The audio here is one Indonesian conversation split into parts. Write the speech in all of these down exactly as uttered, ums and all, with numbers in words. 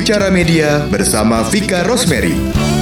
Bicara Media bersama Vika Rosemary.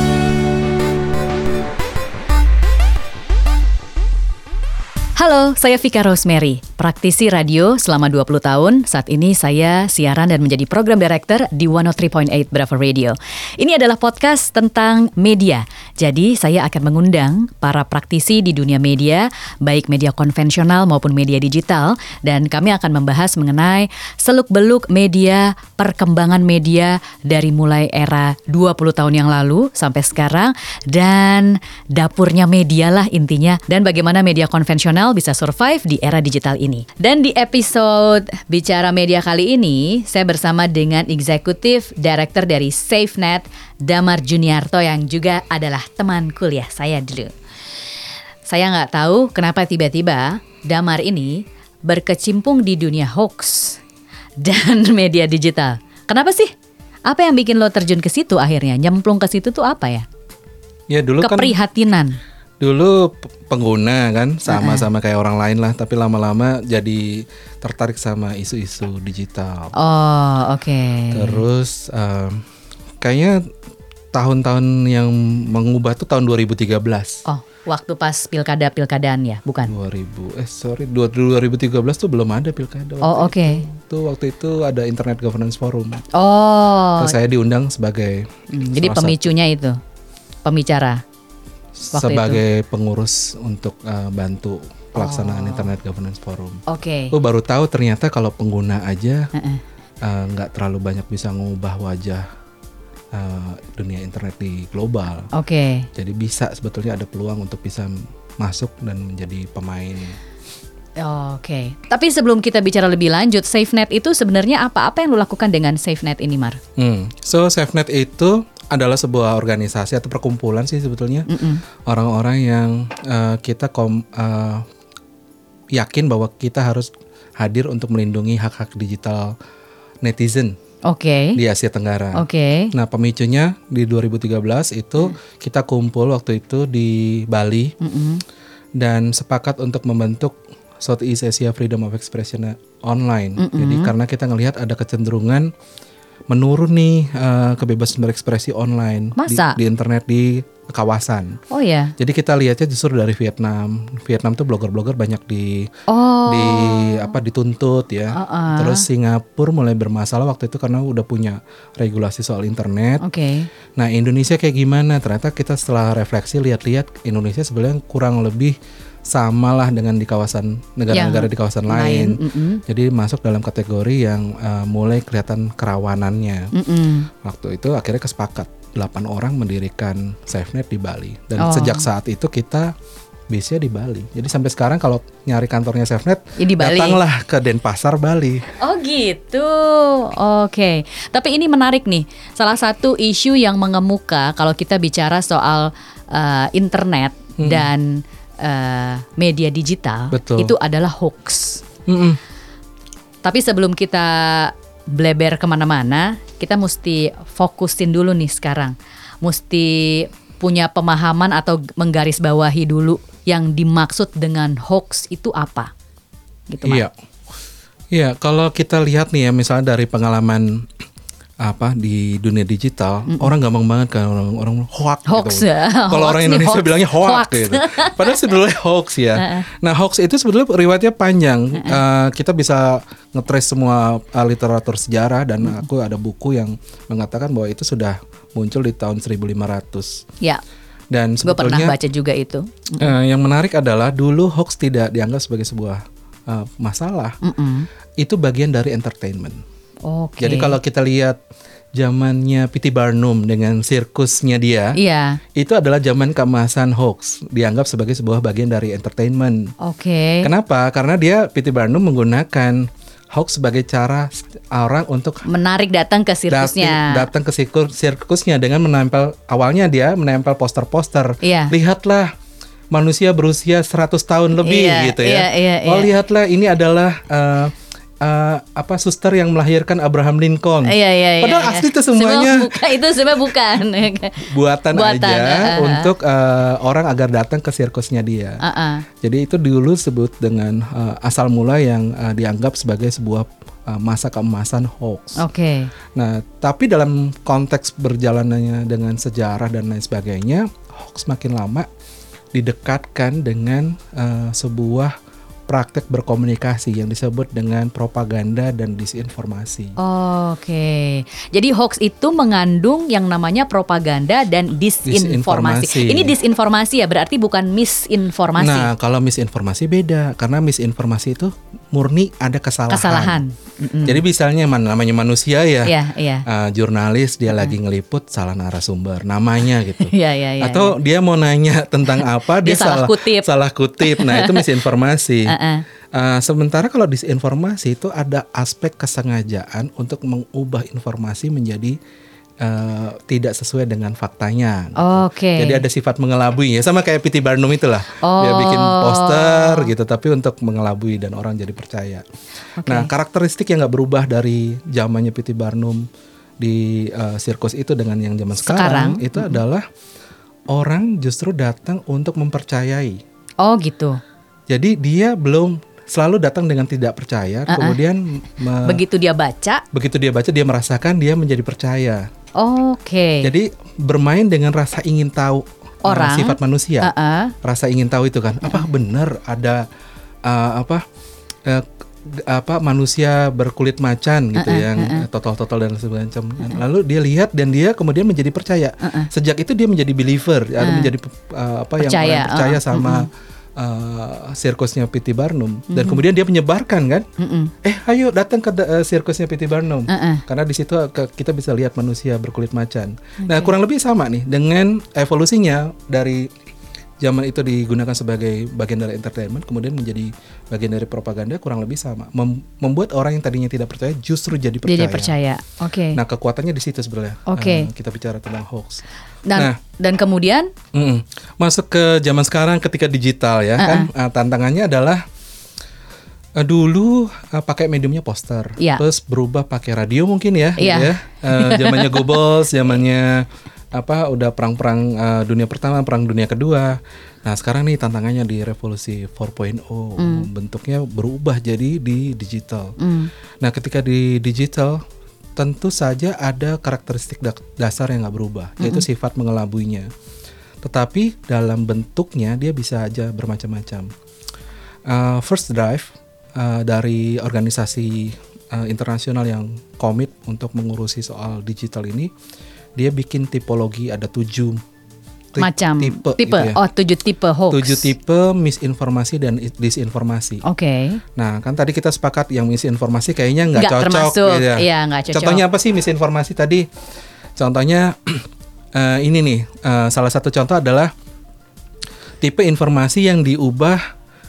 Halo, saya Vika Rosemary, praktisi radio selama dua puluh tahun. Saat ini saya siaran dan menjadi program director di seratus tiga koma delapan Bravo Radio. Ini adalah podcast tentang media. Jadi saya akan mengundang para praktisi di dunia media, baik media konvensional maupun media digital. Dan kami akan membahas mengenai seluk-beluk media, perkembangan media dari mulai era dua puluh tahun yang lalu sampai sekarang. Dan dapurnya media lah intinya. Dan bagaimana media konvensional bisa survive di era digital ini. Dan di episode Bicara Media kali ini, saya bersama dengan Executive Director dari SafeNet, Damar Juniarto, yang juga adalah teman kuliah saya dulu. Saya nggak tahu kenapa tiba-tiba Damar ini berkecimpung di dunia hoax dan media digital. Kenapa sih? Apa yang bikin lo terjun ke situ akhirnya? Nyemplung ke situ tuh apa ya? Ya dulu kan keprihatinan. Dulu pengguna kan sama-sama kayak orang lain lah, tapi lama-lama jadi tertarik sama isu-isu digital. Oh, oke. Okay. Terus um, kayaknya tahun-tahun yang mengubah tuh tahun dua ribu tiga belas. Oh, waktu pas pilkada-pilkadaan ya, bukan? dua ribu eh sorry dua ribu tiga belas tuh belum ada pilkada. Oh, oke. Okay. Itu waktu itu ada Internet Governance Forum. Oh. Terus saya diundang sebagai hmm, jadi pemicunya satu. Itu pembicara. Waktu sebagai itu. Pengurus untuk uh, bantu pelaksanaan oh. Internet Governance Forum. Oke. Okay. Gue baru tahu ternyata kalau pengguna aja nggak uh-uh. uh, terlalu banyak bisa ngubah wajah uh, dunia internet di global. Oke. Okay. Jadi bisa sebetulnya ada peluang untuk bisa masuk dan menjadi pemain. Oke. Okay. Tapi sebelum kita bicara lebih lanjut, SafeNet itu sebenarnya apa? Apa yang lo lakukan dengan SafeNet ini, Mar? Hmm. So SafeNet itu adalah sebuah organisasi atau perkumpulan sih sebetulnya. Mm-mm. Orang-orang yang uh, kita kom, uh, yakin bahwa kita harus hadir untuk melindungi hak-hak digital netizen. Oke. Okay. Di Asia Tenggara. Oke. Okay. Nah pemicunya di dua ribu tiga belas itu mm. kita kumpul waktu itu di Bali. Mm-mm. Dan sepakat untuk membentuk Southeast Asia Freedom of Expression Online. Mm-mm. Jadi karena kita ngelihat ada kecenderungan menurun nih uh, kebebasan berekspresi online di, di internet di kawasan. Oh ya. Jadi kita lihatnya justru dari Vietnam. Vietnam tuh blogger-blogger banyak di oh. di apa dituntut ya. Uh-uh. Terus Singapura mulai bermasalah waktu itu karena udah punya regulasi soal internet. Oke. Okay. Nah, Indonesia kayak gimana? Ternyata kita setelah refleksi lihat-lihat Indonesia sebenarnya kurang lebih samalah dengan di kawasan negara-negara yang di kawasan lain. lain. Jadi masuk dalam kategori yang uh, mulai kelihatan kerawanannya. Mm-mm. Waktu itu akhirnya kesepakat delapan orang mendirikan SafeNet di Bali. Dan oh. sejak saat itu kita base-nya di Bali. Jadi sampai sekarang kalau nyari kantornya SafeNet, ya datanglah ke Denpasar, Bali. Oh gitu. Oke. Okay. Tapi ini menarik nih. Salah satu isu yang mengemuka kalau kita bicara soal uh, internet hmm. dan Uh, media digital. Betul. Itu adalah hoax. Mm-mm. Tapi sebelum kita bleber kemana-mana, kita mesti fokusin dulu nih sekarang. Mesti punya pemahaman atau menggarisbawahi dulu yang dimaksud dengan hoax itu apa, gitu Mak? Iya, iya. Kalau kita lihat nih ya, misalnya dari pengalaman apa di dunia digital, mm-mm. orang gampang banget kan orang orang hoax, hoax gitu. Ya. Kalau orang Indonesia hoax. bilangnya hoax, hoax. Gitu. Padahal sebetulnya hoax ya. Nah hoax itu sebetulnya riwayatnya panjang. Uh, kita bisa ngetrace semua uh, literatur sejarah dan mm. aku ada buku yang mengatakan bahwa itu sudah muncul di tahun seribu lima ratus. Ya. Dan sebetulnya gue pernah baca juga itu. Uh, yang menarik adalah dulu hoax tidak dianggap sebagai sebuah uh, masalah. Mm-mm. Itu bagian dari entertainment. Okay. Jadi kalau kita lihat zamannya P T Barnum dengan sirkusnya dia, iya. itu adalah zaman keemasan hoax, dianggap sebagai sebuah bagian dari entertainment. Oke. Okay. Kenapa? Karena dia P T Barnum menggunakan hoax sebagai cara orang untuk menarik datang ke sirkusnya. Datang ke sirkus, sirkusnya dengan menempel, awalnya dia menempel poster-poster. Iya. Lihatlah manusia berusia seratus tahun lebih, iya, gitu ya. Iya, iya, oh iya. lihatlah ini adalah uh, Uh, apa suster yang melahirkan Abraham Lincoln. Iya, iya, Padahal iya, asli iya. itu semuanya Semua buka, itu sebenarnya bukan buatan, buatan aja uh-huh. untuk uh, orang agar datang ke sirkusnya dia. Uh-uh. Jadi itu dulu sebut dengan uh, asal mula yang uh, dianggap sebagai sebuah uh, masa keemasan hoax. Oke. Okay. Nah, tapi dalam konteks berjalanannya dengan sejarah dan lain sebagainya, hoax makin lama didekatkan dengan uh, sebuah praktek berkomunikasi yang disebut dengan propaganda dan disinformasi. Oke, okay. Jadi hoax itu mengandung yang namanya propaganda dan disinformasi. disinformasi. Ini disinformasi ya, berarti bukan misinformasi. Nah, kalau misinformasi beda, karena misinformasi itu murni ada kesalahan. Kesalahan. Mm-hmm. Jadi misalnya namanya manusia ya, yeah, yeah. Uh, jurnalis dia mm-hmm. lagi ngeliput salah narasumber, namanya gitu. yeah, yeah, yeah, Atau yeah. dia mau nanya tentang apa, dia, dia salah kutip. Salah kutip. Nah, itu misinformasi. Uh-uh. Uh, sementara kalau disinformasi itu ada aspek kesengajaan untuk mengubah informasi menjadi uh, tidak sesuai dengan faktanya. Gitu. Oh, Oke. Okay. Jadi ada sifat mengelabui ya, sama kayak P T Barnum itulah. Oh. Dia bikin poster gitu, tapi untuk mengelabui dan orang jadi percaya. Okay. Nah, karakteristik yang nggak berubah dari zamannya P T Barnum di uh, sirkus itu dengan yang zaman sekarang, sekarang itu mm-hmm. adalah orang justru datang untuk mempercayai. Oh gitu. Jadi dia belum selalu datang dengan tidak percaya, uh-uh. kemudian me- begitu dia baca, begitu dia baca dia merasakan dia menjadi percaya. Oke. Okay. Jadi bermain dengan rasa ingin tahu orang, uh, sifat manusia, uh-uh. rasa ingin tahu itu kan, uh-uh. apa benar ada uh, apa uh, apa manusia berkulit macan gitu uh-uh, yang uh-uh. total-total dan sebagainya. Uh-uh. Lalu dia lihat dan dia kemudian menjadi percaya. Uh-uh. Sejak itu dia menjadi believer, uh-uh. atau menjadi uh, apa percaya. yang orang percaya uh-uh. sama. Uh-uh. Uh, sirkusnya P T Barnum dan mm-hmm. kemudian dia menyebarkan kan, mm-hmm. eh ayo datang ke uh, sirkusnya P T Barnum uh-uh. karena di situ uh, kita bisa lihat manusia berkulit macan. Okay. Nah kurang lebih sama nih dengan evolusinya dari zaman itu digunakan sebagai bagian dari entertainment kemudian menjadi bagian dari propaganda, kurang lebih sama. Mem- membuat orang yang tadinya tidak percaya justru jadi percaya. Jadi percaya. Oke. Okay. Nah kekuatannya di situ sebenarnya. Oke. Okay. Uh, kita bicara tentang hoax. Dan, nah, dan kemudian mm, masuk ke zaman sekarang ketika digital ya, uh-uh. kan uh, tantangannya adalah uh, dulu uh, pakai mediumnya poster, yeah. terus berubah pakai radio mungkin ya, yeah. gitu ya. Uh, zamannya Goebbels, zamannya apa udah perang-perang uh, dunia pertama, perang dunia kedua. Nah sekarang nih tantangannya di revolusi empat titik nol, mm. bentuknya berubah jadi di digital. Mm. Nah ketika di digital tentu saja ada karakteristik dasar yang nggak berubah, mm-hmm. yaitu sifat mengelabuinya. Tetapi dalam bentuknya dia bisa aja bermacam-macam. Uh, First Drive uh, dari organisasi uh, internasional yang komit untuk mengurusi soal digital ini, dia bikin tipologi ada tujuh t- macam tipe, tipe. Gitu ya. Oh tujuh tipe hoax. Tujuh tipe misinformasi dan disinformasi. Oke. Okay. Nah kan tadi kita sepakat yang misinformasi kayaknya nggak cocok. Termasuk, gitu ya. Iya nggak cocok. Contohnya apa sih misinformasi tadi? Contohnya uh, ini nih, uh, salah satu contoh adalah tipe informasi yang diubah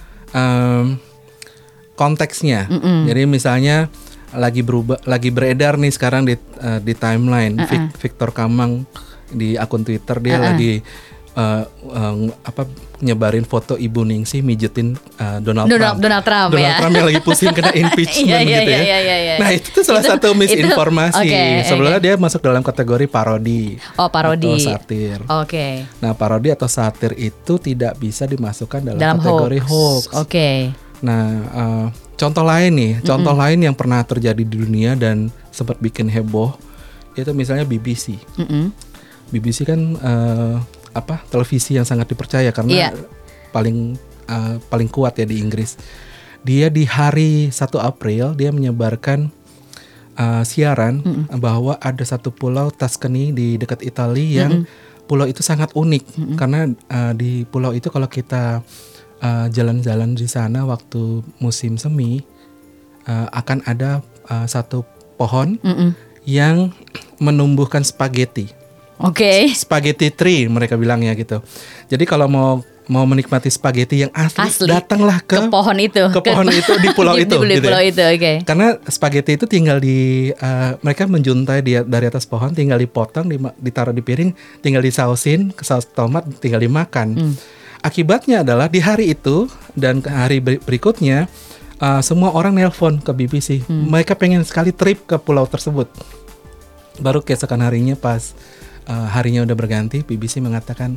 um, konteksnya. Mm-mm. Jadi misalnya lagi berubah, lagi beredar nih sekarang di uh, di timeline uh-uh. Victor Kamang di akun Twitter dia uh-uh. lagi uh, uh, apa nyebarin foto Ibu Ningsih mijetin uh, Donald, Donald Trump. Donald Trump Donald ya. Trump yang lagi pusing kena impeachment iya, gitu iya, ya. Iya, iya, iya. Nah itu tuh salah itu, satu misinformasi. Itu, okay, Sebenarnya okay. dia masuk dalam kategori parodi. Oh parodi. Atau satir. Oke. Okay. Nah parodi atau satir itu tidak bisa dimasukkan dalam, dalam kategori hoax. hoax. Oke. Okay. Nah uh, contoh lain nih, contoh mm-mm. lain yang pernah terjadi di dunia dan sempat bikin heboh itu misalnya B B C. Mm-mm. B B C kan uh, apa televisi yang sangat dipercaya karena yeah. paling uh, paling kuat ya di Inggris. Dia di hari satu April dia menyebarkan uh, siaran mm-mm. bahwa ada satu pulau Tuscany di dekat Italia yang mm-mm. pulau itu sangat unik mm-mm. karena uh, di pulau itu kalau kita Uh, jalan-jalan di sana waktu musim semi uh, akan ada uh, satu pohon Mm-mm. yang menumbuhkan spaghetti. Oke. Okay. Spaghetti tree mereka bilangnya gitu. Jadi kalau mau mau menikmati spaghetti yang asli, asli. datanglah ke, ke pohon itu, ke pohon ke, itu di pulau di, itu. Di gitu pulau ya. itu, oke. Okay. Karena spaghetti itu tinggal di uh, mereka menjuntai dia dari atas pohon, tinggal dipotong, ditaruh di piring, tinggal disausin ke saus tomat, tinggal dimakan. Mm. Akibatnya adalah di hari itu dan hari berikutnya uh, semua orang nelpon ke B B C. Hmm. Mereka pengen sekali trip ke pulau tersebut. Baru keesokan harinya pas uh, harinya udah berganti, B B C mengatakan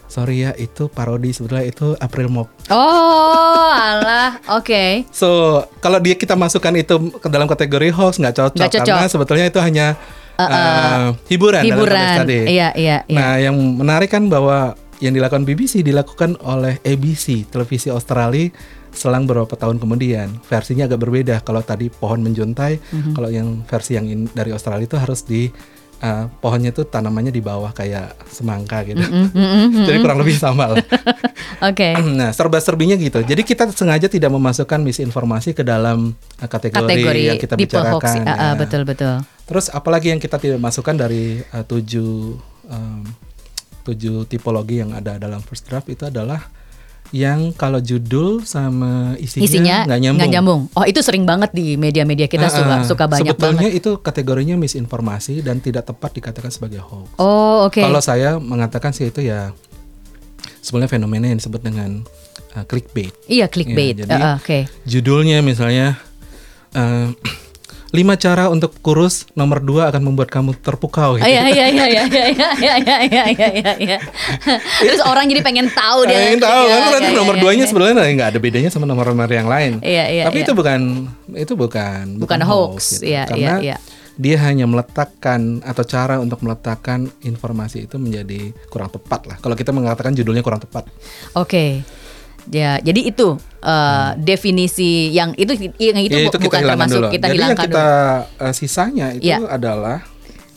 sorry ya itu parodi, sebetulnya itu April Mop. Oh, alah, oke. Okay. So kalau dia kita masukkan itu ke dalam kategori hoax nggak cocok, Nggak cocok karena sebetulnya itu hanya uh, uh, uh, hiburan. Hiburan. Dalam konteks tadi. Iya, iya, iya. Nah, yang menarik kan bahwa yang dilakukan B B C dilakukan oleh A B C, televisi Australia, selang beberapa tahun kemudian. Versinya agak berbeda. Kalau tadi pohon menjuntai, mm-hmm. kalau yang versi yang in, dari Australia itu harus di uh, pohonnya itu tanamannya di bawah kayak semangka gitu. Mm-hmm, mm-hmm. Jadi kurang lebih sama lah. Oke. Okay. Nah, serba-serbinya gitu. Jadi kita sengaja tidak memasukkan misinformasi ke dalam uh, kategori, kategori yang kita bicarakan. Hoax, uh, uh, betul betul. Terus apalagi yang kita tidak masukkan dari uh, tujuh um, tujuh tipologi yang ada dalam first draft itu adalah yang kalau judul sama isinya nggak nyambung. nyambung. Oh, itu sering banget di media-media kita, uh, suka suka banyak sebetulnya banget. Itu kategorinya misinformasi dan tidak tepat dikatakan sebagai hoax. Oh, oke. Okay. Kalau saya mengatakan sih itu ya sebenarnya fenomena yang disebut dengan uh, clickbait. Iya, clickbait. Ya, jadi uh, oke. Okay. Judulnya misalnya uh, lima cara untuk kurus, nomor dua akan membuat kamu terpukau. Gitu. Iya iya iya iya iya iya iya iya iya iya. Terus orang jadi pengen tahu dia. Pengen tahu ya, kan ya, nomor ya, duanya ya. sebenarnya nggak ada bedanya sama nomor-nomor yang lain. Iya iya. Tapi iya. itu bukan itu bukan bukan, bukan hoax. Gitu. Iya Karena iya iya. dia hanya meletakkan atau cara untuk meletakkan informasi itu menjadi kurang tepat lah. Kalau kita mengatakan judulnya kurang tepat. Oke. Okay. Ya, jadi itu uh, hmm. definisi yang itu yang itu, ya, itu bukan termasuk dulu. kita jadi hilangkan yang kita dulu. Uh, sisanya itu ya. adalah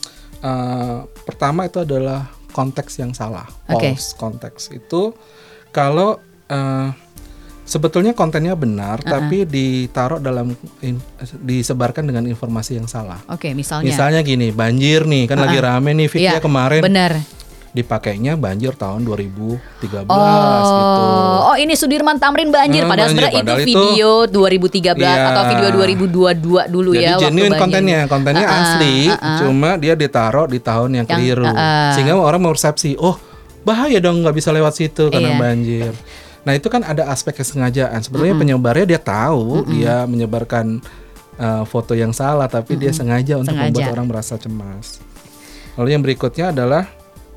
uh, pertama itu adalah konteks yang salah, okay. false konteks. Itu kalau uh, sebetulnya kontennya benar uh-uh. tapi ditaruh dalam in, disebarkan dengan informasi yang salah. Oke, okay, misalnya Misalnya gini, banjir nih kan uh-uh. lagi rame nih Vicky ya, kemarin. Benar. Dipakainya banjir tahun dua ribu tiga belas oh, gitu. Oh, ini Sudirman Tamrin banjir hmm, padahal sebenarnya itu video itu, dua ribu tiga belas iya, atau video dua ribu dua puluh dua dulu. Jadi ya. Jadi genuine kontennya, kontennya uh-uh, asli, uh-uh. cuma dia ditaruh di tahun yang, yang keliru, uh-uh. sehingga orang mempersepsi, oh bahaya dong nggak bisa lewat situ karena iya. banjir. Nah itu kan ada aspek kesengajaan. Sebenarnya mm-hmm. penyebarnya dia tahu mm-hmm. dia menyebarkan uh, foto yang salah, tapi mm-hmm. dia sengaja untuk sengaja. membuat orang merasa cemas. Lalu yang berikutnya adalah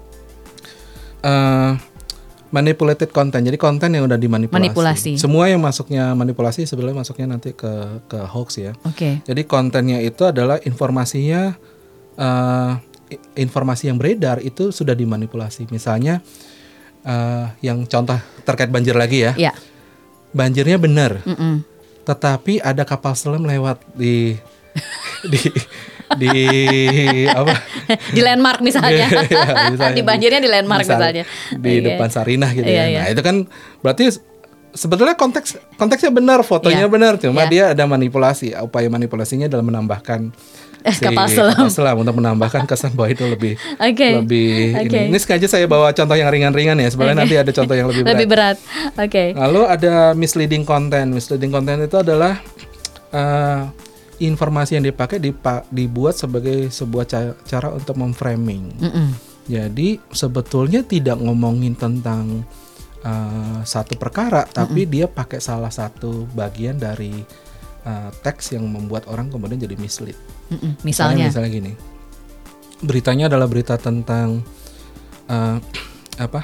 Uh, manipulated content. Jadi konten yang udah dimanipulasi. Manipulasi. Semua yang masuknya manipulasi sebenarnya masuknya nanti ke ke hoax ya. Oke. Okay. Jadi kontennya itu adalah informasinya uh, informasi yang beredar itu sudah dimanipulasi. Misalnya uh, yang contoh terkait banjir lagi ya. Yeah. Banjirnya benar. Mm-mm. Tetapi ada kapal selam lewat di di di apa di landmark misalnya, ya, misalnya di banjirnya di landmark misalnya, misalnya. di yeah. depan Sarinah gitu yeah, ya. Yeah. Nah itu kan berarti sebetulnya konteks konteksnya benar, fotonya yeah. benar, cuma yeah. dia ada manipulasi. Upaya manipulasinya dalam menambahkan si kapal selam. kapal selam untuk menambahkan kesan bahwa itu lebih okay. lebih okay. ini. Ini sengaja saya bawa contoh yang ringan-ringan ya. Sebenarnya okay. nanti ada contoh yang lebih berat. Lebih berat. Oke. Okay. Lalu ada misleading content. Misleading content itu adalah uh, informasi yang dipakai dipa- dibuat sebagai sebuah ca- cara untuk memframing. Mm-mm. Jadi sebetulnya tidak ngomongin tentang uh, satu perkara, Mm-mm. tapi dia pakai salah satu bagian dari uh, teks yang membuat orang kemudian jadi mislead. Mm-mm. Misalnya, misalnya gini, beritanya adalah berita tentang uh, apa?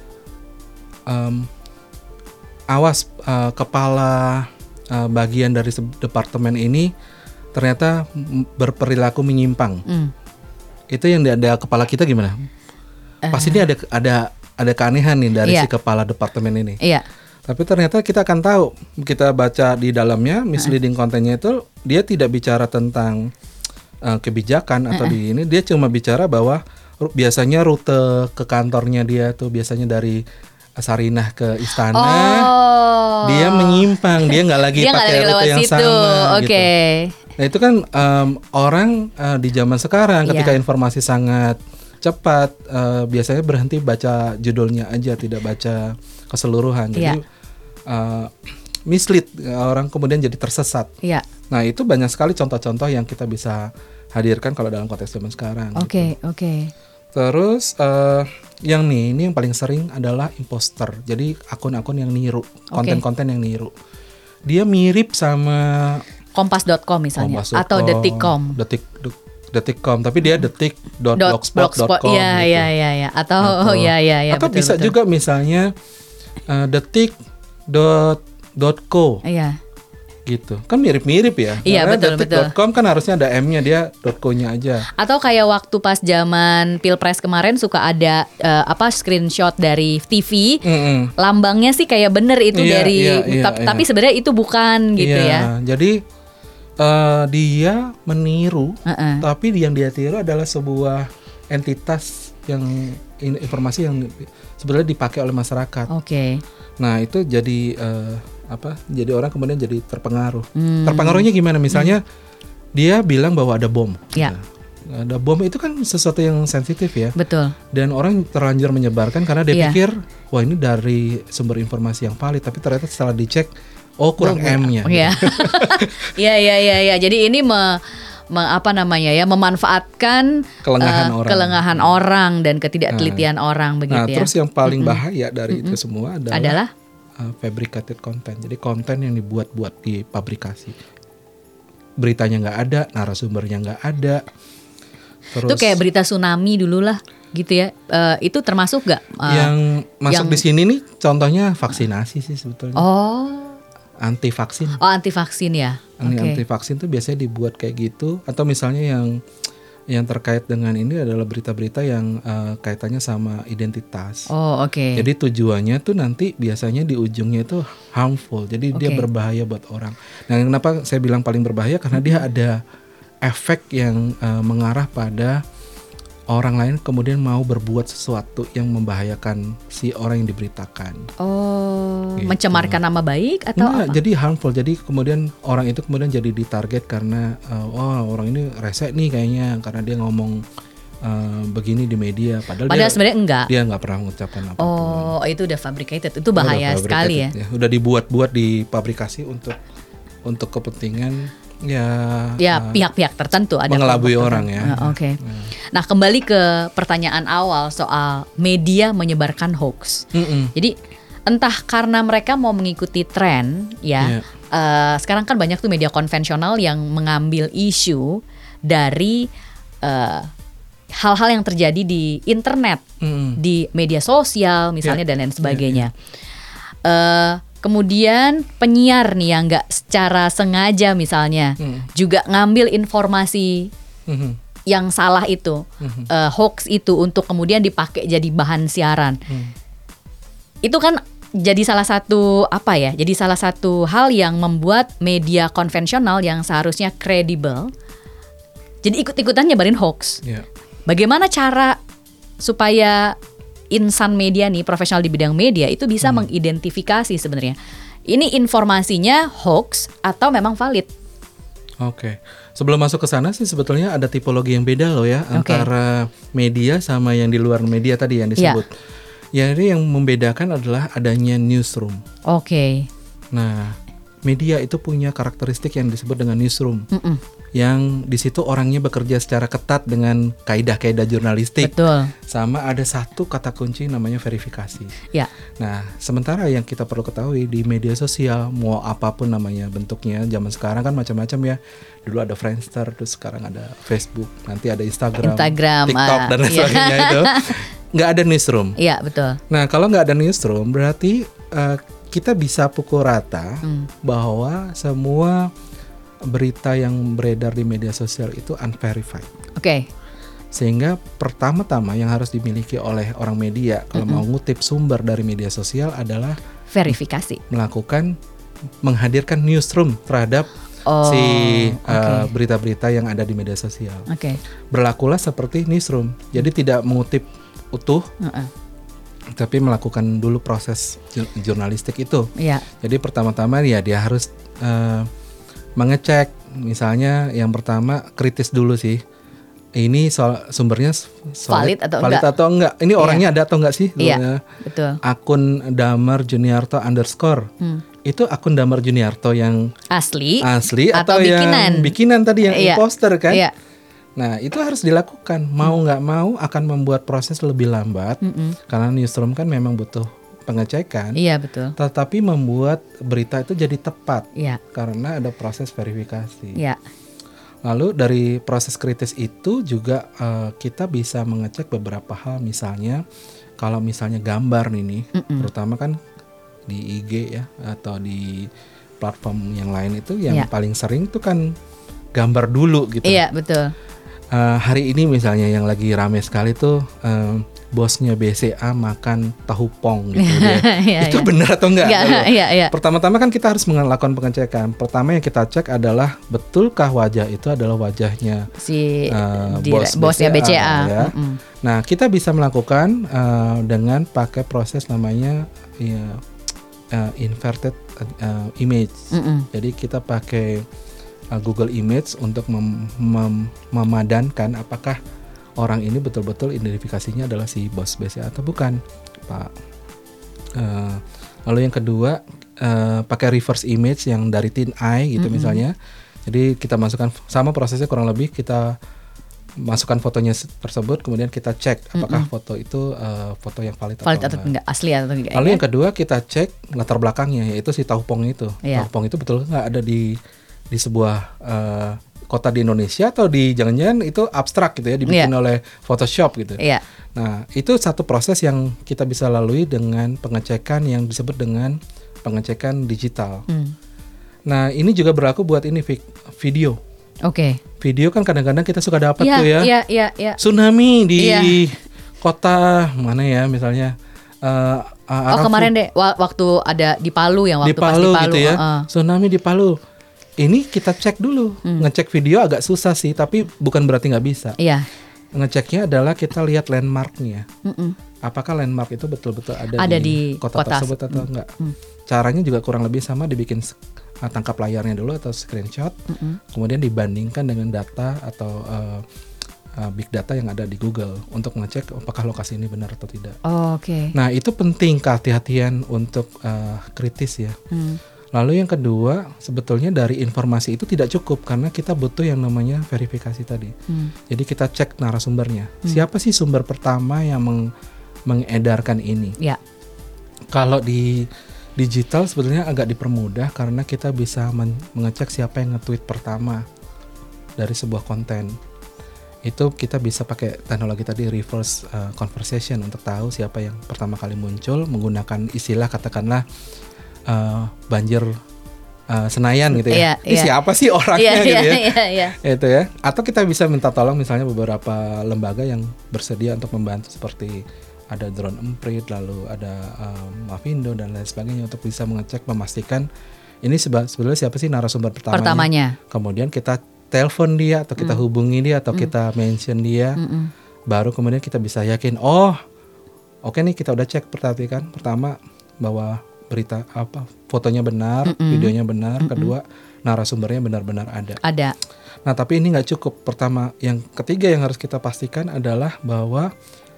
Um, awas uh, kepala uh, bagian dari departemen ini ternyata berperilaku menyimpang. Mm. Itu yang ada kepala kita gimana? Uh. Pasti ini ada ada ada keanehan nih dari yeah. si kepala departemen ini. Yeah. Tapi ternyata kita akan tahu, kita baca di dalamnya misleading uh. kontennya itu dia tidak bicara tentang uh, kebijakan atau uh. di ini, dia cuma bicara bahwa biasanya rute ke kantornya dia tuh biasanya dari Sarinah ke istana, oh. dia menyimpang, dia nggak lagi pakai rute yang situ. sama. Oke. Okay. Gitu. Nah itu kan um, orang uh, di zaman sekarang ketika yeah. informasi sangat cepat, uh, biasanya berhenti baca judulnya aja, tidak baca keseluruhan. Jadi yeah. uh, mislead, orang kemudian jadi tersesat. Yeah. Nah itu banyak sekali contoh-contoh yang kita bisa hadirkan kalau dalam konteks zaman sekarang. Oke okay, gitu. oke. Okay. Terus uh, yang nih, ini yang paling sering adalah imposter. Jadi akun-akun yang niru, konten-konten okay. yang niru. Dia mirip sama kompas dot com misalnya kompas dot com, atau detik dot com. Detik detik dot com, tapi dia detik dot blogspot dot com ya, gitu. ya, ya, ya. Atau, atau oh, ya, ya, ya, atau betul, bisa betul. juga misalnya uh, detik dot co Iya. gitu. Kan mirip-mirip ya. Iya, Karena betul, detik dot com kan harusnya ada M-nya, dia .co-nya aja. Atau kayak waktu pas zaman Pilpres kemarin suka ada uh, apa screenshot dari T V, Mm-mm. lambangnya sih kayak bener itu Iya, dari iya, iya, ta- iya. tapi sebenarnya itu bukan gitu Iya, ya. jadi uh, dia meniru, Uh-uh. tapi yang dia tiru adalah sebuah entitas yang in- informasi yang sebenarnya dipakai oleh masyarakat. Oke. Nah itu jadi uh, apa? Jadi orang kemudian jadi terpengaruh. Hmm. Terpengaruhnya gimana? Misalnya hmm. dia bilang bahwa ada bom. Ya. Nah, ada bom itu kan sesuatu yang sensitif ya. Betul. Dan orang terlanjur menyebarkan karena dia Iya. pikir wah ini dari sumber informasi yang valid. Tapi ternyata setelah dicek, oh kurang Oh, M-nya. Iya. Iya, iya, iya, iya. Jadi ini me, me- apa namanya ya, memanfaatkan Kelengahan eh, orang. kelengahan orang dan ketidaktelitian orang begitu Nah, ya. terus yang paling bahaya dari itu semua adalah, Adalah uh, fabricated content. Jadi konten yang dibuat-buat di pabrikasi. Beritanya nggak ada, narasumbernya nggak ada. Terus itu kayak berita tsunami dulu lah gitu ya. Eh, itu termasuk gak? eh, yang masuk yang- di sini nih contohnya vaksinasi sih sebetulnya. Oh, Anti vaksin. oh anti vaksin ya. Ini Oke. anti vaksin tuh biasanya dibuat kayak gitu, atau misalnya yang yang terkait dengan ini adalah berita-berita yang uh, kaitannya sama identitas. Oh, oke. Jadi tujuannya tuh nanti biasanya di ujungnya itu harmful. Jadi dia Oke. berbahaya buat orang. Nah, kenapa saya bilang paling berbahaya karena dia ada efek yang uh, mengarah pada orang lain kemudian mau berbuat sesuatu yang membahayakan si orang yang diberitakan. Oh, Gitu. mencemarkan nama baik atau Nah, apa? jadi harmful. Jadi kemudian orang itu kemudian jadi ditarget karena uh, wah orang ini rese nih kayaknya karena dia ngomong uh, begini di media. Padahal, Padahal dia sebenarnya enggak. dia nggak pernah mengucapkan apapun. Oh, itu udah fabricated. Itu bahaya Udah sekali ya. fabricated Udah dibuat-buat di pabrikasi untuk untuk kepentingan ya Ya, uh, pihak-pihak tertentu ada mengelabui kelompok orang tertentu. ya. Ah, Oke. Nah, kembali ke pertanyaan awal soal media menyebarkan hoax. mm-mm. Jadi entah karena mereka mau mengikuti tren ya. Iya. eh, sekarang kan banyak tuh media konvensional yang mengambil isu dari eh, hal-hal yang terjadi di internet, Mm-mm. di media sosial misalnya Iya. dan lain sebagainya. Eh, kemudian penyiar nih yang nggak secara sengaja misalnya Mm. juga ngambil informasi Mhm. yang salah itu, eh, hoax itu untuk kemudian dipakai jadi bahan siaran. Mm. Itu kan jadi salah satu apa ya? Jadi salah satu hal yang membuat media konvensional yang seharusnya kredibel jadi ikut-ikutan nyebarin hoax. Iya. Bagaimana cara supaya insan media nih, profesional di bidang media itu bisa Hmm. mengidentifikasi sebenarnya ini informasinya hoax atau memang valid? Oke, sebelum masuk ke sana sih sebetulnya ada tipologi yang beda loh ya Oke. antara media sama yang di luar media tadi yang disebut. Ya, ini yang membedakan adalah adanya newsroom. Oke. Nah, media itu punya karakteristik yang disebut dengan newsroom, Mm-mm. yang di situ orangnya bekerja secara ketat dengan kaidah-kaidah jurnalistik. Betul. Sama ada satu kata kunci namanya verifikasi. Ya. Nah, sementara yang kita perlu ketahui di media sosial, mau apapun namanya bentuknya, zaman sekarang kan macam-macam ya. Dulu ada Friendster, terus sekarang ada Facebook, nanti ada Instagram, Instagram, TikTok ah, dan lain iya. sebagainya itu. Nggak ada newsroom. Iya, betul. Nah, kalau nggak ada newsroom, berarti uh, kita bisa pukul rata Hmm. bahwa semua berita yang beredar di media sosial itu unverified. Oke. Sehingga pertama-tama yang harus dimiliki oleh orang media kalau mau ngutip sumber dari media sosial adalah Verifikasi. melakukan menghadirkan newsroom terhadap Oh, si oke. uh, berita-berita yang ada di media sosial. Oke. Berlakulah seperti newsroom. Jadi tidak mengutip utuh, Heeh. tapi melakukan dulu proses ju- jurnalistik itu. Iya. Jadi pertama-tama ya dia harus uh, mengecek, misalnya yang pertama kritis dulu sih. Ini soal sumbernya solid, Valid atau valid enggak? atau enggak? Ini orangnya ada atau enggak sih? Iya. Soalnya Betul. akun Damar Juniarto underscore. Hmm. Itu akun Damar Juniarto yang Asli asli atau atau, bikinan? yang bikinan tadi yang Iya. imposter kan? Iya. Nah itu harus dilakukan. Mau nggak mau akan membuat proses lebih lambat Mm-mm. karena newsroom kan memang butuh pengecekan. Iya, betul. Tetapi membuat berita itu jadi tepat Iya. karena ada proses verifikasi. Iya. Lalu dari proses kritis itu juga uh, kita bisa mengecek beberapa hal, misalnya kalau misalnya gambar nih nih, Mm-mm. terutama kan di I G ya atau di platform yang lain itu yang yeah. paling sering tuh kan gambar dulu gitu. Iya, betul. Uh, hari ini misalnya yang lagi rame sekali tuh uh, bosnya B C A makan tahu pong gitu dia. yeah, itu yeah. benar atau enggak? Yeah, yeah, yeah. Pertama-tama kan kita harus melakukan pengecekan. Pertama yang kita cek adalah betulkah wajah itu adalah wajahnya si uh, dire, bos bosnya B C A. B C A. Ya. Mm-hmm. Nah, kita bisa melakukan uh, dengan pakai proses namanya ya, uh, inverted uh, image. Mm-hmm. Jadi kita pakai uh, Google Image untuk mem- mem- memadankan apakah orang ini betul-betul identifikasinya adalah si bos B C A atau bukan, Pak. Uh, lalu yang kedua uh, pakai reverse image yang dari Thin Eye gitu, mm-hmm. misalnya. Jadi kita masukkan sama prosesnya kurang lebih, kita masukkan fotonya tersebut, kemudian kita cek apakah mm-hmm. foto itu uh, foto yang valid, valid atau enggak, enggak, asli atau enggak. Lalu ya? Yang kedua kita cek latar belakangnya, yaitu si tahu pong itu. Yeah. Tahu pong itu betul nggak ada di di sebuah uh, kota di Indonesia atau di jangan-jangan itu abstrak gitu ya, dibikin yeah. oleh Photoshop gitu. Yeah. Nah, itu satu proses yang kita bisa lalui dengan pengecekan yang disebut dengan pengecekan digital. Mm. Nah, ini juga berlaku buat ini video. Oke. Okay. Video kan kadang-kadang kita suka dapat yeah, tuh ya. Yeah, yeah, yeah. Tsunami di yeah. kota mana ya misalnya. Uh, uh, oh, kemarin deh waktu ada di Palu yang waktu di Palu, pas di Palu gitu ya. Uh-uh. Tsunami di Palu. Ini kita cek dulu, hmm. ngecek video agak susah sih, tapi bukan berarti nggak bisa. Iya. Ngeceknya adalah kita lihat landmarknya, Mm-mm. apakah landmark itu betul-betul ada, ada di, di kota, kota tersebut atau mm. enggak. Mm. Caranya juga kurang lebih sama, dibikin uh, tangkap layarnya dulu atau screenshot, Mm-mm. kemudian dibandingkan dengan data atau uh, uh, big data yang ada di Google untuk mengecek apakah lokasi ini benar atau tidak. Oh, oke. Okay. Nah, itu penting kehati-hatian untuk uh, kritis ya. Mm. Lalu yang kedua, sebetulnya dari informasi itu tidak cukup karena kita butuh yang namanya verifikasi tadi. Hmm. Jadi kita cek narasumbernya. Hmm. Siapa sih sumber pertama yang meng- mengedarkan ini? Ya. Kalau di digital sebetulnya agak dipermudah karena kita bisa men- mengecek siapa yang nge-tweet pertama dari sebuah konten. Itu kita bisa pakai teknologi tadi reverse uh, conversation untuk tahu siapa yang pertama kali muncul menggunakan istilah katakanlah Uh, banjir uh, Senayan gitu ya. Yeah, Ini yeah. siapa sih orangnya yeah, gitu yeah, ya. Yeah, yeah. Itu ya. Atau kita bisa minta tolong misalnya beberapa lembaga yang bersedia untuk membantu seperti ada Drone Emprit, lalu ada um, Mavindo dan lain sebagainya untuk bisa mengecek memastikan ini seba- sebenarnya siapa sih narasumber pertamanya. Pertamanya. Kemudian kita telepon dia atau kita mm. hubungi dia atau mm. kita mention dia. Mm-mm. Baru kemudian kita bisa yakin, oh oke okay nih kita udah cek pertama kan. Pertama bahwa berita apa fotonya benar, Mm-mm. videonya benar, Mm-mm. kedua narasumbernya benar-benar ada. Ada. Nah, tapi ini nggak cukup. Pertama, yang ketiga yang harus kita pastikan adalah bahwa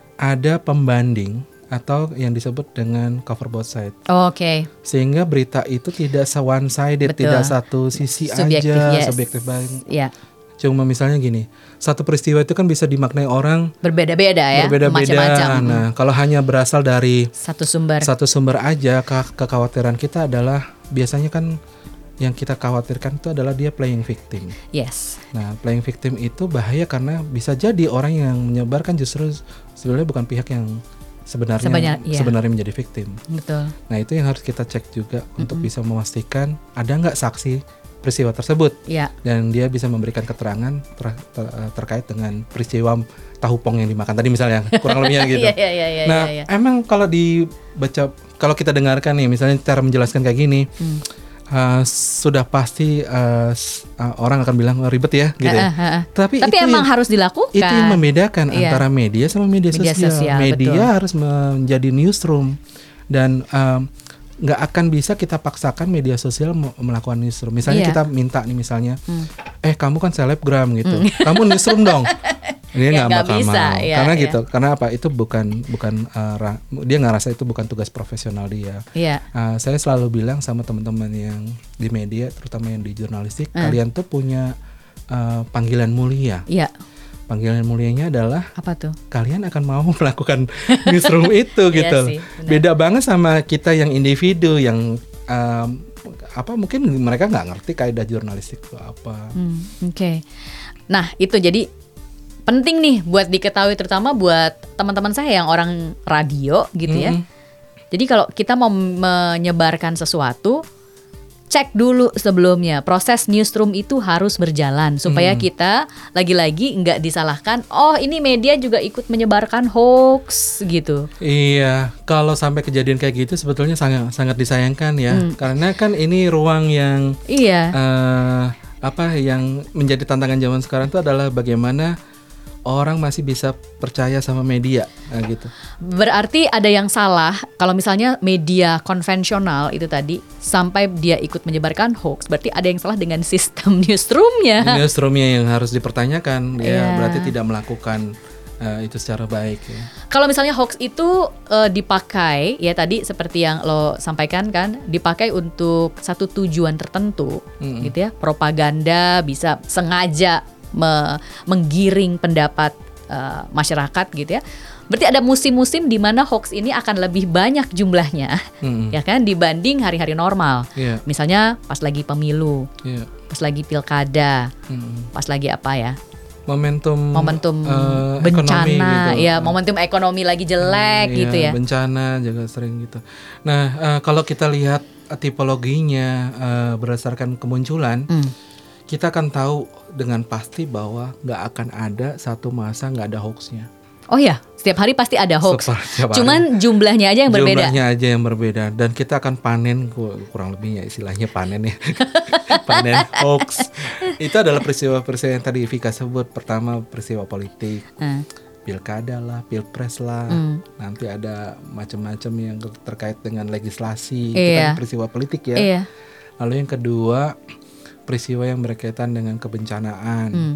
ada pembanding atau yang disebut dengan cover both side. Oh, oke. Okay. Sehingga berita itu tidak one sided, tidak satu sisi subjektif, aja, yes. subjektif banget. Yeah. Cuma misalnya gini, satu peristiwa itu kan bisa dimaknai orang berbeda-beda ya, berbeda-beda. Macam-macam. Nah, kalau hanya berasal dari satu sumber, satu sumber aja, ke- kekhawatiran kita adalah biasanya kan yang kita khawatirkan itu adalah dia playing victim. Yes. Nah, playing victim itu bahaya karena bisa jadi orang yang menyebarkan justru sebenarnya bukan pihak yang sebenarnya Sebanyak, iya. sebenarnya menjadi victim. Betul. Nah, itu yang harus kita cek juga Mm-mm. untuk bisa memastikan ada nggak saksi peristiwa tersebut, ya. Dan dia bisa memberikan keterangan ter- ter- terkait dengan peristiwa tahu pong yang dimakan tadi misalnya, kurang lebihnya gitu. ya, ya, ya, nah, ya, ya. emang kalau dibaca, kalau kita dengarkan nih, misalnya cara menjelaskan kayak gini, hmm. uh, sudah pasti uh, uh, orang akan bilang oh, ribet ya, gitu. Uh, uh, uh. Tapi, Tapi itu emang yang, harus dilakukan. Itu yang membedakan iya. antara media sama media, media sosial. sosial. Media betul. Harus menjadi newsroom dan um, nggak akan bisa kita paksakan media sosial melakukan newsroom. Misalnya yeah. kita minta nih misalnya, hmm. eh kamu kan selebgram gitu, hmm. kamu newsroom dong. Dia nggak ya, bakal bisa, mau, ya, karena ya. gitu, karena apa? Itu bukan bukan uh, ra- dia nggak rasa itu bukan tugas profesional dia. Yeah. Uh, saya selalu bilang sama teman-teman yang di media, terutama yang di jurnalistik, hmm. kalian tuh punya uh, panggilan mulia. Yeah. Panggilan mulianya adalah apa tuh? Kalian akan mau melakukan newsroom itu gitu. Iya sih, beda banget sama kita yang individu yang um, apa mungkin mereka nggak ngerti kaidah jurnalistik itu apa. Hmm, Oke, okay. Nah itu jadi penting nih buat diketahui terutama buat teman-teman saya yang orang radio gitu ya. Mm-hmm. Jadi kalau kita mau menyebarkan sesuatu, cek dulu sebelumnya. Proses newsroom itu harus berjalan supaya Hmm. kita lagi-lagi nggak disalahkan. Oh ini media juga ikut menyebarkan hoax gitu. Iya, kalau sampai kejadian kayak gitu sebetulnya sangat sangat disayangkan ya, Hmm. karena kan ini ruang yang Iya. eh, apa yang menjadi tantangan zaman sekarang itu adalah bagaimana orang masih bisa percaya sama media, nah gitu. Berarti ada yang salah kalau misalnya media konvensional itu tadi sampai dia ikut menyebarkan hoax. Berarti ada yang salah dengan sistem newsroomnya. Newsroomnya yang harus dipertanyakan, ya Iya. berarti tidak melakukan eh, itu secara baik ya. Kalau misalnya hoax itu eh, dipakai ya tadi seperti yang lo sampaikan kan, dipakai untuk satu tujuan tertentu, Mm-mm. gitu ya. Propaganda bisa sengaja me- menggiring pendapat eh, masyarakat gitu ya. Berarti ada musim-musim di mana hoax ini akan lebih banyak jumlahnya, Mm-mm. ya kan, dibanding hari-hari normal. Iya, Misalnya pas lagi pemilu, iya. pas lagi pilkada, Mm-mm. pas lagi apa ya? Momentum Momentum eh, ekonomi bencana, gitu. ya momentum ekonomi lagi jelek Iya, gitu ya. Bencana juga sering gitu. Nah, eh, kalau kita lihat eh, tipologinya eh, berdasarkan kemunculan, Hmm. kita akan tahu dengan pasti bahwa nggak akan ada satu masa nggak ada hoaxnya. Oh ya, setiap hari pasti ada hoax. Setiap hari. Cuman jumlahnya aja yang berbeda. Jumlahnya aja yang berbeda, dan kita akan panen ku- kurang lebih ya istilahnya panen ya. Panen hoax. Itu adalah peristiwa-peristiwa yang tadi Vika sebut. Pertama peristiwa politik, Hmm. pilkada lah, pilpres lah. Hmm. Nanti ada macam-macam yang terkait dengan legislasi, itu Iya. kan peristiwa politik ya. Iya. Lalu yang kedua peristiwa yang berkaitan dengan kebencanaan. Hmm.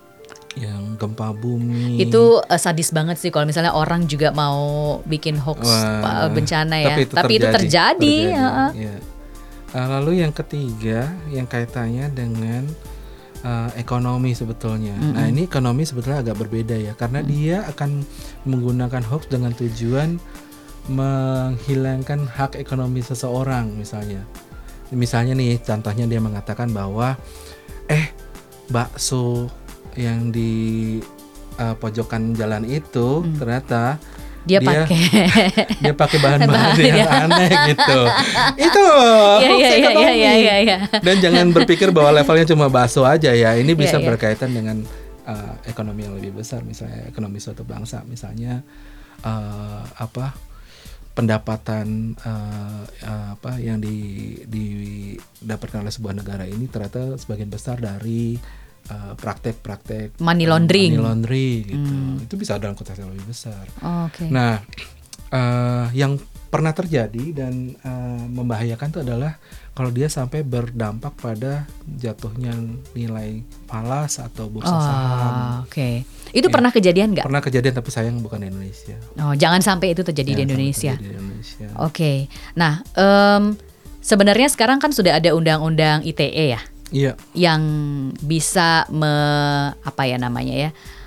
Yang gempa bumi. Itu uh, sadis banget sih kalau misalnya orang juga mau bikin hoax Wah, uh, bencana ya. Tapi itu Tapi itu terjadi. terjadi, ya. ya. Uh, lalu yang ketiga yang kaitannya dengan uh, ekonomi sebetulnya. Mm-mm. Nah ini ekonomi sebetulnya agak berbeda ya, karena Mm. dia akan menggunakan hoax dengan tujuan menghilangkan hak ekonomi seseorang misalnya. Misalnya nih contohnya dia mengatakan bahwa eh bakso yang di uh, pojokan jalan itu Hmm. ternyata Dia pakai dia pakai bahan-bahan Bahan yang yang- aneh gitu. Itu Iya hoax iya iya ekonomi. iya iya iya. Dan jangan berpikir bahwa levelnya cuma bakso aja ya. Ini bisa Iya, iya. berkaitan dengan uh, ekonomi yang lebih besar, misalnya ekonomi suatu bangsa, misalnya uh, apa pendapatan uh, uh, apa yang di didapatkan oleh sebuah negara ini ternyata sebagian besar dari uh, praktek-praktek Money uh, laundering. money laundering gitu. Hmm. Itu bisa dalam konteks yang lebih besar. Oh, Oke. Nah, eh, yang pernah terjadi dan eh, membahayakan itu adalah kalau dia sampai berdampak pada jatuhnya nilai falas atau bursa saham. Oh, Oke. Itu Ya. pernah kejadian nggak? Pernah kejadian, tapi sayang bukan di Indonesia. Oh, jangan sampai itu terjadi di Jangan sampai Indonesia. terjadi di Indonesia. Oke. Nah, em, sebenarnya sekarang kan sudah ada undang-undang I T E ya, Iya, yang bisa me, apa ya namanya ya,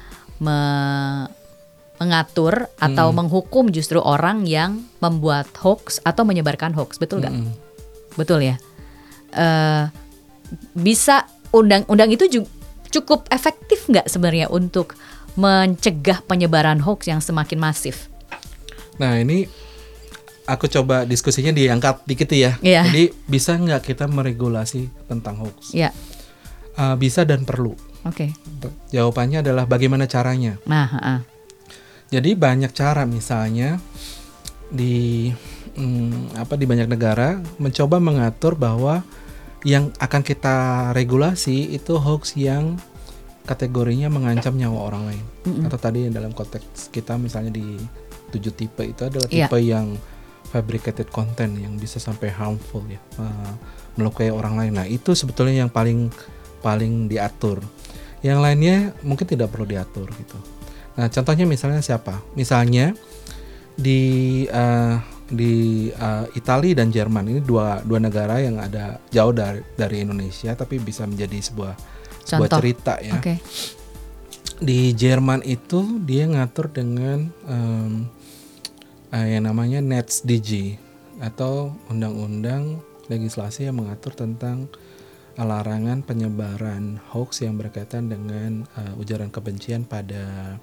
me- mengatur atau Mm. menghukum justru orang yang membuat hoax atau menyebarkan hoax, betul nggak? Mm-mm. Betul ya. Eh, bisa undang-undang itu ju- cukup efektif nggak sebenarnya untuk mencegah penyebaran hoax yang semakin masif? Nah ini aku coba diskusinya diangkat dikit ya. Iya. Jadi bisa nggak kita meregulasi tentang hoax? Ya, Uh, bisa dan perlu. oke. Jawabannya adalah bagaimana caranya. Nah, heeh. Jadi banyak cara, misalnya di hmm, apa di banyak negara mencoba mengatur bahwa yang akan kita regulasi itu hoax yang kategorinya mengancam nyawa orang lain. Mm-mm. Atau tadi dalam konteks kita misalnya di tujuh tipe itu adalah Iya. tipe yang fabricated content yang bisa sampai harmful ya, uh, melukai orang lain. Nah, itu sebetulnya yang paling paling diatur. Yang lainnya mungkin tidak perlu diatur gitu. Nah, contohnya misalnya siapa? Misalnya di uh, di uh, Italia dan Jerman, ini dua dua negara yang ada jauh dari dari Indonesia tapi bisa menjadi sebuah sebuah Contoh. cerita ya. Oke. Di Jerman itu dia ngatur dengan um, uh, yang namanya N E T S D G atau undang-undang legislasi yang mengatur tentang larangan penyebaran hoax yang berkaitan dengan uh, ujaran kebencian pada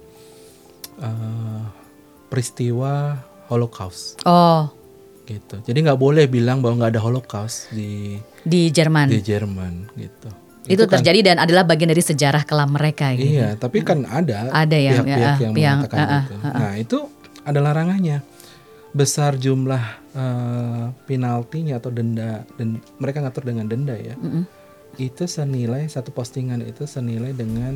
uh, peristiwa Holocaust. Oh, gitu. Jadi nggak boleh bilang bahwa nggak ada Holocaust di di Jerman. Di Jerman, gitu. Itu, itu kan, terjadi dan adalah bagian dari sejarah kelam mereka. Gitu. Iya, tapi kan ada, ada yang, pihak-pihak ya, yang yang, mengatakan uh, uh, itu. uh, uh. Nah itu ada larangannya. Besar jumlah uh, penaltinya atau denda, dan mereka ngatur dengan denda ya. Mm-hmm. Itu senilai satu postingan itu senilai dengan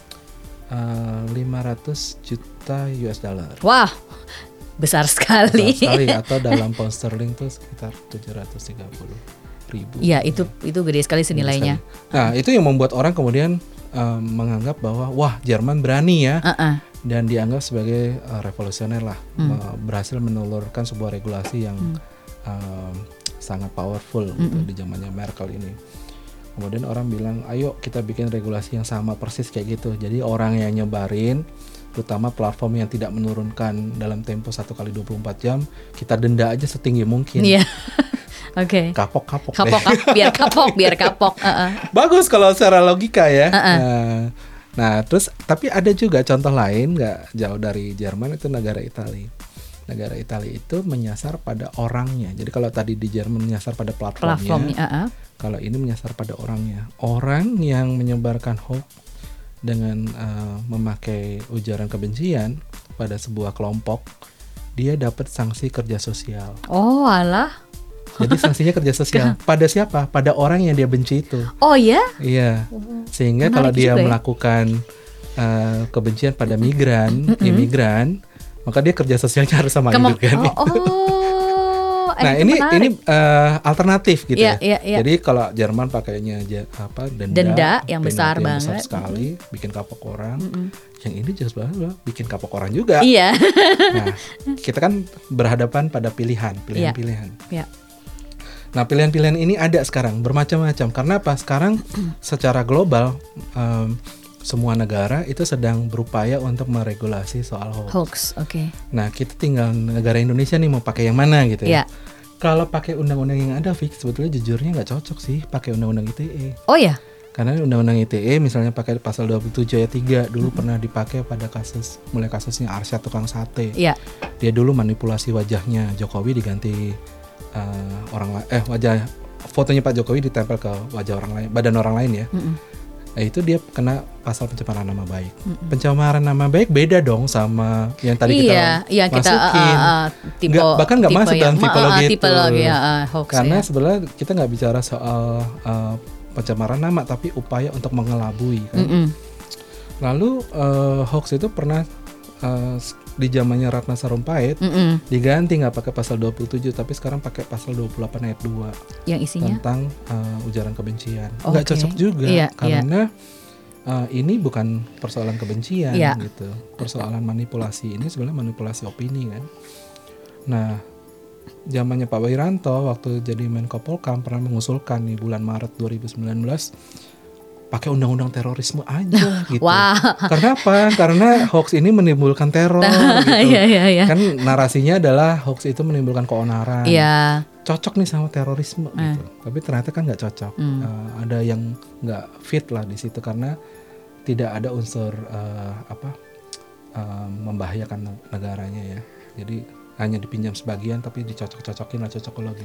uh, lima ratus juta U S dollar. Wah, besar sekali. Besar sekali, atau dalam pound sterling itu sekitar tujuh ratus tiga puluh ribu. Iya, itu itu gede sekali senilainya. Nah, itu yang membuat orang kemudian um, menganggap bahwa wah, Jerman berani ya. Uh-uh. Dan dianggap sebagai uh, revolusioner lah, hmm. uh, berhasil menelurkan sebuah regulasi yang hmm. uh, sangat powerful hmm. gitu, di zamannya Merkel ini. Kemudian orang bilang, ayo kita bikin regulasi yang sama persis kayak gitu. Jadi orang yang nyebarin, terutama platform yang tidak menurunkan dalam tempo satu kali dua puluh empat jam, kita denda aja setinggi mungkin. Iya. Oke. Okay. Kapok kapok. Kapok, kapok biar kapok biar kapok. Uh-uh. Bagus kalau secara logika ya. Uh-uh. Nah, Nah, terus tapi ada juga contoh lain nggak jauh dari Jerman, itu negara Italia. Negara Italia itu menyasar pada orangnya. Jadi kalau tadi di Jerman menyasar pada platformnya, Platformnya, uh-uh. kalau ini menyasar pada orangnya. Orang yang menyebarkan hoax dengan uh, memakai ujaran kebencian pada sebuah kelompok, dia dapat sanksi kerja sosial. Oh, alah. Jadi sanksinya kerja sosial. Pada siapa? Pada orang yang dia benci itu. Oh ya? Iya. Sehingga menarik kalau dia ya? melakukan uh, kebencian pada migran, mm-hmm. imigran, maka dia kerja sosialnya harus sama Kema- imigran. Oh, oh. Nah ini menarik. ini uh, alternatif gitu yeah, ya. Yeah, yeah. Jadi kalau Jerman pakainya apa denda, denda yang besar yang banget, besar sekali, mm-hmm. bikin kapok orang. Mm-hmm. Yang ini jelas banget loh, bikin kapok orang juga. Iya. Nah kita kan berhadapan pada pilihan, pilihan-pilihan. Yeah. Yeah. Nah pilihan-pilihan ini ada sekarang bermacam-macam. Karena apa? Sekarang secara global um, semua negara itu sedang berupaya untuk meregulasi soal hoax. Hoax, oke. Okay. Nah kita tinggal negara Indonesia nih mau pakai yang mana gitu ya. Yeah. Kalau pakai undang-undang yang ada, Fik, sebetulnya jujurnya nggak cocok sih pakai undang-undang I T E. Oh ya? Karena undang-undang I T E misalnya pakai pasal dua puluh tujuh ayat tiga dulu mm-hmm. pernah dipakai pada kasus mulai kasusnya Arsyad tukang sate. Iya. Yeah. Dia dulu manipulasi wajahnya Jokowi diganti Uh, orang la- eh wajah fotonya Pak Jokowi ditempel ke wajah orang lain, badan orang lain ya. Mm-hmm. Nah, itu dia kena pasal pencemaran nama baik. Mm-hmm. Pencemaran nama baik beda dong sama yang tadi iya, kita iya, masukin. Kita, uh, uh, tipe, gak, bahkan nggak masuk dalam tipologi uh, uh, itu. Tipologi, uh, uh, hoax, karena ya. Sebenarnya kita nggak bicara soal uh, pencemaran nama, tapi upaya untuk mengelabui. Kan? Mm-hmm. Lalu uh, hoax itu pernah uh, di zamannya Ratna Sarumpait mm-hmm. diganti nggak pakai pasal dua puluh tujuh tapi sekarang pakai pasal dua puluh delapan ayat dua yang isinya tentang uh, ujaran kebencian. Oh, nggak okay. cocok juga iya, karena iya. Uh, ini bukan persoalan kebencian iya. gitu, persoalan manipulasi. Ini sebenarnya manipulasi opini kan. Nah zamannya Pak Wiranto waktu jadi Menko Polkam pernah mengusulkan di bulan Maret dua ribu sembilan belas pakai undang-undang terorisme aja gitu. Wow. Karena apa? Karena hoax ini menimbulkan teror gitu. Iya, iya, iya. Kan narasinya adalah hoax itu menimbulkan keonaran. Iya. Cocok nih sama terorisme eh. gitu. Tapi ternyata kan nggak cocok. Hmm. Uh, ada yang nggak fit lah di situ karena tidak ada unsur uh, apa uh, membahayakan negaranya ya. Jadi hanya dipinjam sebagian tapi dicocok-cocokin lah cocokologi.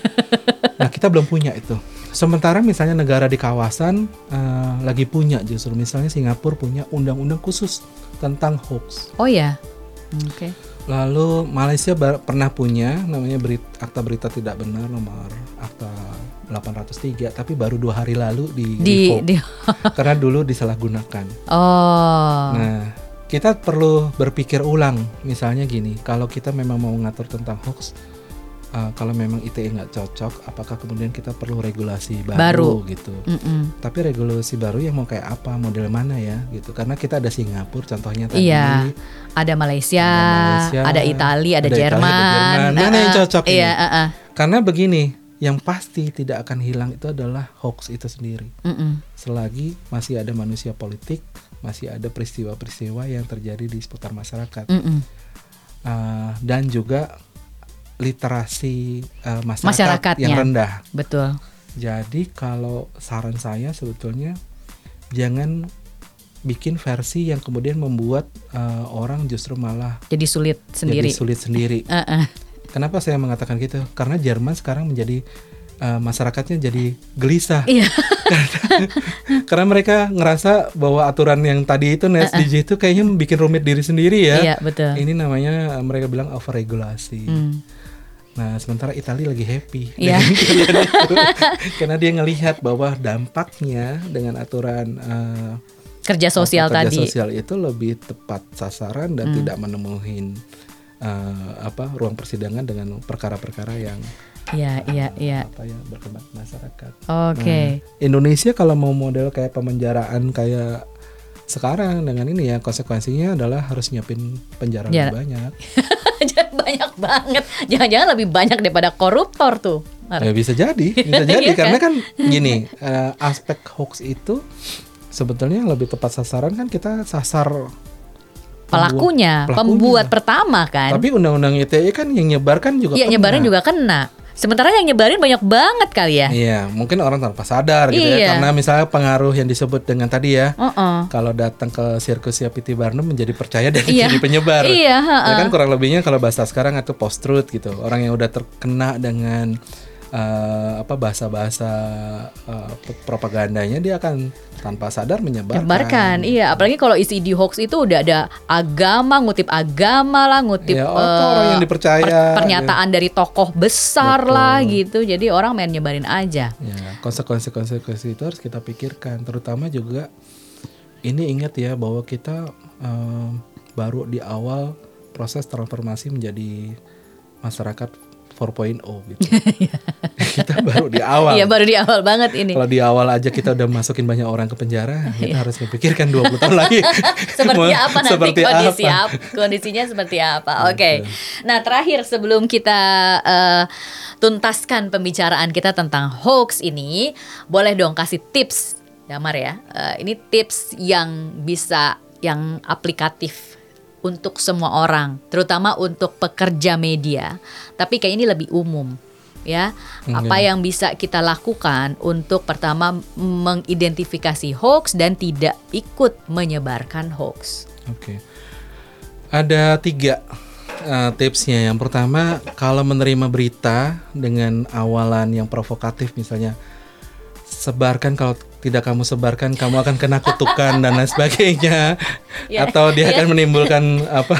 Nah kita belum punya itu. Sementara misalnya negara di kawasan uh, lagi punya justru. Misalnya Singapura punya undang-undang khusus tentang hoax. Oh ya, oke. Okay. Lalu Malaysia bar- pernah punya namanya berit- Akta Berita Tidak Benar nomor Akta delapan ratus tiga, tapi baru dua hari lalu di, di, di karena dulu disalahgunakan. Oh. Nah kita perlu berpikir ulang. Misalnya gini, kalau kita memang mau ngatur tentang hoax. Uh, kalau memang I T E nggak cocok, apakah kemudian kita perlu regulasi baru, baru. gitu? Mm-mm. Tapi regulasi baru yang mau kayak apa, model mana ya, gitu? Karena kita ada Singapura, contohnya tadi. Iya. Ada Malaysia, ada, Malaysia, ada Italia, ada, ada Jerman. Italia, ada Jerman. Mana uh, yang cocok iya, ini? Uh, uh. Karena begini, yang pasti tidak akan hilang itu adalah hoax itu sendiri. Mm-mm. Selagi masih ada manusia politik, masih ada peristiwa-peristiwa yang terjadi di seputar masyarakat. Uh, dan juga literasi uh, masyarakat Masyarakatnya. yang rendah. Betul. Jadi kalau saran saya sebetulnya jangan bikin versi yang kemudian membuat uh, orang justru malah Jadi sulit sendiri. Jadi sulit sendiri. Uh-uh. Kenapa saya mengatakan gitu? Karena Jerman sekarang menjadi uh, masyarakatnya jadi gelisah. Iya. karena, karena mereka ngerasa bahwa aturan yang tadi itu N E S D J itu kayaknya bikin rumit diri sendiri ya. Iya, betul. Ini namanya mereka bilang overregulasi. Hmm. Nah, sementara Italia lagi happy Iya. dengan itu. Karena dia ngelihat bahwa dampaknya dengan aturan uh, Kerja sosial kerja tadi. sosial itu lebih tepat sasaran dan Hmm. tidak menemuin uh, apa ruang persidangan dengan perkara-perkara yang Iya, iya, iya. apa ya berkembang di masyarakat. Oke. Nah, Indonesia kalau mau model kayak pemenjaraan kayak sekarang dengan ini ya konsekuensinya adalah harus nyiapin penjara Ya. lebih banyak. Jangan banyak banget. Jangan-jangan lebih banyak daripada koruptor tuh. Ya, bisa jadi, bisa jadi Iya karena kan? kan gini uh, aspek hoax itu sebetulnya yang lebih tepat sasaran kan kita sasar Pelakunya, pelakunya. pembuat pertama kan. Tapi undang-undang I T E kan yang nyebarkan juga Iya, kena. nyebarin juga kena. Sementara yang nyebarin banyak banget kali ya. Iya, mungkin orang tanpa sadar gitu Iya. ya. Karena misalnya pengaruh yang disebut dengan tadi ya. Uh-uh. Kalau datang ke sirkusnya P T Barnum menjadi percaya dan Iya. jadi penyebar. Iya, ha-ha. Ya kan kurang lebihnya kalau bahasa sekarang itu post truth gitu. Orang yang udah terkena dengan uh, apa bahasa-bahasa uh, propagandanya dia akan tanpa sadar menyebarkan. Menyebarkan, iya. Apalagi kalau isi di hoax itu udah ada agama, ngutip agama lah, ngutip Ya, oh, itu orang yang dipercaya, per- pernyataan dari tokoh besar Betul. lah gitu. Jadi orang main nyebarin aja. Ya, konsekuensi-konsekuensi itu harus kita pikirkan. Terutama juga ini ingat ya bahwa kita um, baru di awal proses transformasi menjadi masyarakat empat titik nol gitu. Kita baru di awal. Iya, baru di awal banget ini. Kalau di awal aja kita udah masukin banyak orang ke penjara, kita harus memikirkan dua puluh tahun lagi. Seperti Mau- apa nanti seperti kondisi apa. ap- kondisinya seperti apa. Oke. Nah, terakhir sebelum kita eh, tuntaskan pembicaraan kita tentang hoax ini, boleh dong kasih tips, Damar ya. Eh, ini tips yang bisa yang aplikatif untuk semua orang, terutama untuk pekerja media. Tapi kayak ini lebih umum. Ya, apa Oke. yang bisa kita lakukan untuk pertama mengidentifikasi hoax dan tidak ikut menyebarkan hoax. Oke. Ada tiga uh, tipsnya. Yang pertama, kalau menerima berita dengan awalan yang provokatif misalnya, sebarkan, kalau tidak kamu sebarkan kamu akan kena kutukan dan lain sebagainya. Ya, Atau dia ya. akan menimbulkan apa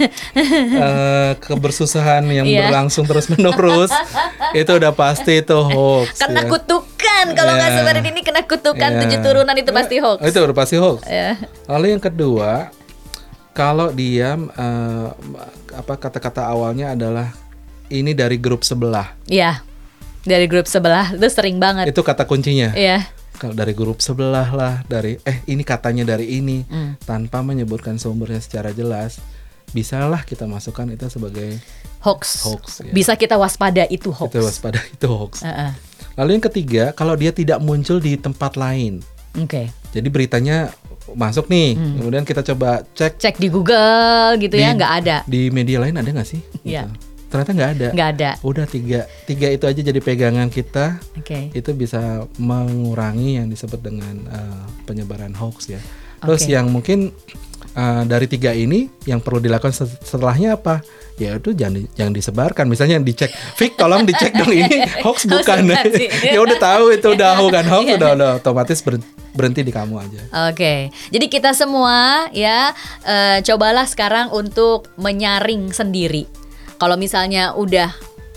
uh, kebersusahan yang Ya. berlangsung terus menerus. Itu udah pasti itu hoax. Kena ya. kutukan kalau nggak Ya. sebarin ini kena kutukan Ya. tujuh turunan itu pasti hoax. Oh, itu udah pasti hoax. Ya. Lalu yang kedua, kalau dia uh, apa kata-kata awalnya adalah ini dari grup sebelah. Iya. Dari grup sebelah itu sering banget. Itu kata kuncinya. Iya. Kalau dari grup sebelah lah, dari eh ini katanya dari ini, Hmm. tanpa menyebutkan sumbernya secara jelas, bisalah kita masukkan itu sebagai Hoax. hoax. Ya. Bisa kita waspada itu hoax. Itu waspada, itu hoax. Uh-uh. Lalu yang ketiga, kalau dia tidak muncul di tempat lain, Oke. jadi beritanya masuk nih, kemudian kita coba cek Cek di Google gitu ya, Di- nggak ada. di media lain ada nggak sih? Iya. Gitu. Ternyata nggak ada. Nggak ada. Udah tiga, tiga itu aja jadi pegangan kita. Oke. Itu bisa mengurangi yang disebut dengan uh, penyebaran hoax ya. Terus Oke. yang mungkin uh, dari tiga ini yang perlu dilakukan set- setelahnya apa? Ya itu jangan di- jangan disebarkan. Misalnya dicek, Fik tolong dicek dong ini hoax bukan? bukan sih. Ya udah tahu itu udah bukan hoax, Iya. udah udah otomatis ber- berhenti di kamu aja. Oke, jadi kita semua ya eh, cobalah sekarang untuk menyaring sendiri. Kalau misalnya udah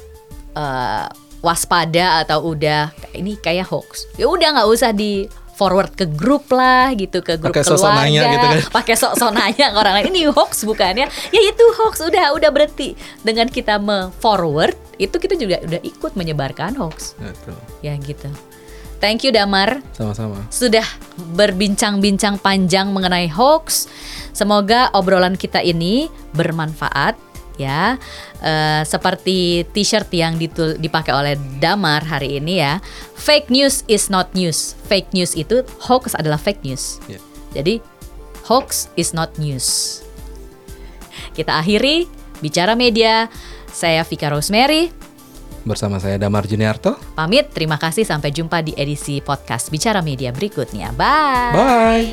eh, waspada atau udah ini kayak hoax, ya udah nggak usah di forward ke grup lah gitu, ke grup Pakai sok-sok keluarga, nanya gitu kan. pakai sok-sok nanya ke orang lain ini hoax bukan ya? Ya itu hoax, udah udah berhenti. Dengan kita me-forward itu kita juga udah ikut menyebarkan hoax, Betul. ya gitu. Thank you Damar. Sama-sama. Sudah berbincang-bincang panjang mengenai hoax. Semoga obrolan kita ini bermanfaat ya. Eh, seperti t-shirt yang ditul- dipakai oleh Damar hari ini ya. Fake news is not news. Fake news itu, hoax adalah fake news. Ya. Jadi hoax is not news. Kita akhiri bicara media. Saya Vika Rosemary. Bersama saya Damar Juniarto. Pamit, terima kasih. Sampai jumpa di edisi podcast Bicara Media berikutnya. Bye. Bye.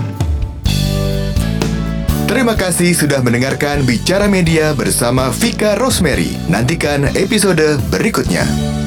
Terima kasih sudah mendengarkan Bicara Media bersama Vika Rosemary. Nantikan episode berikutnya.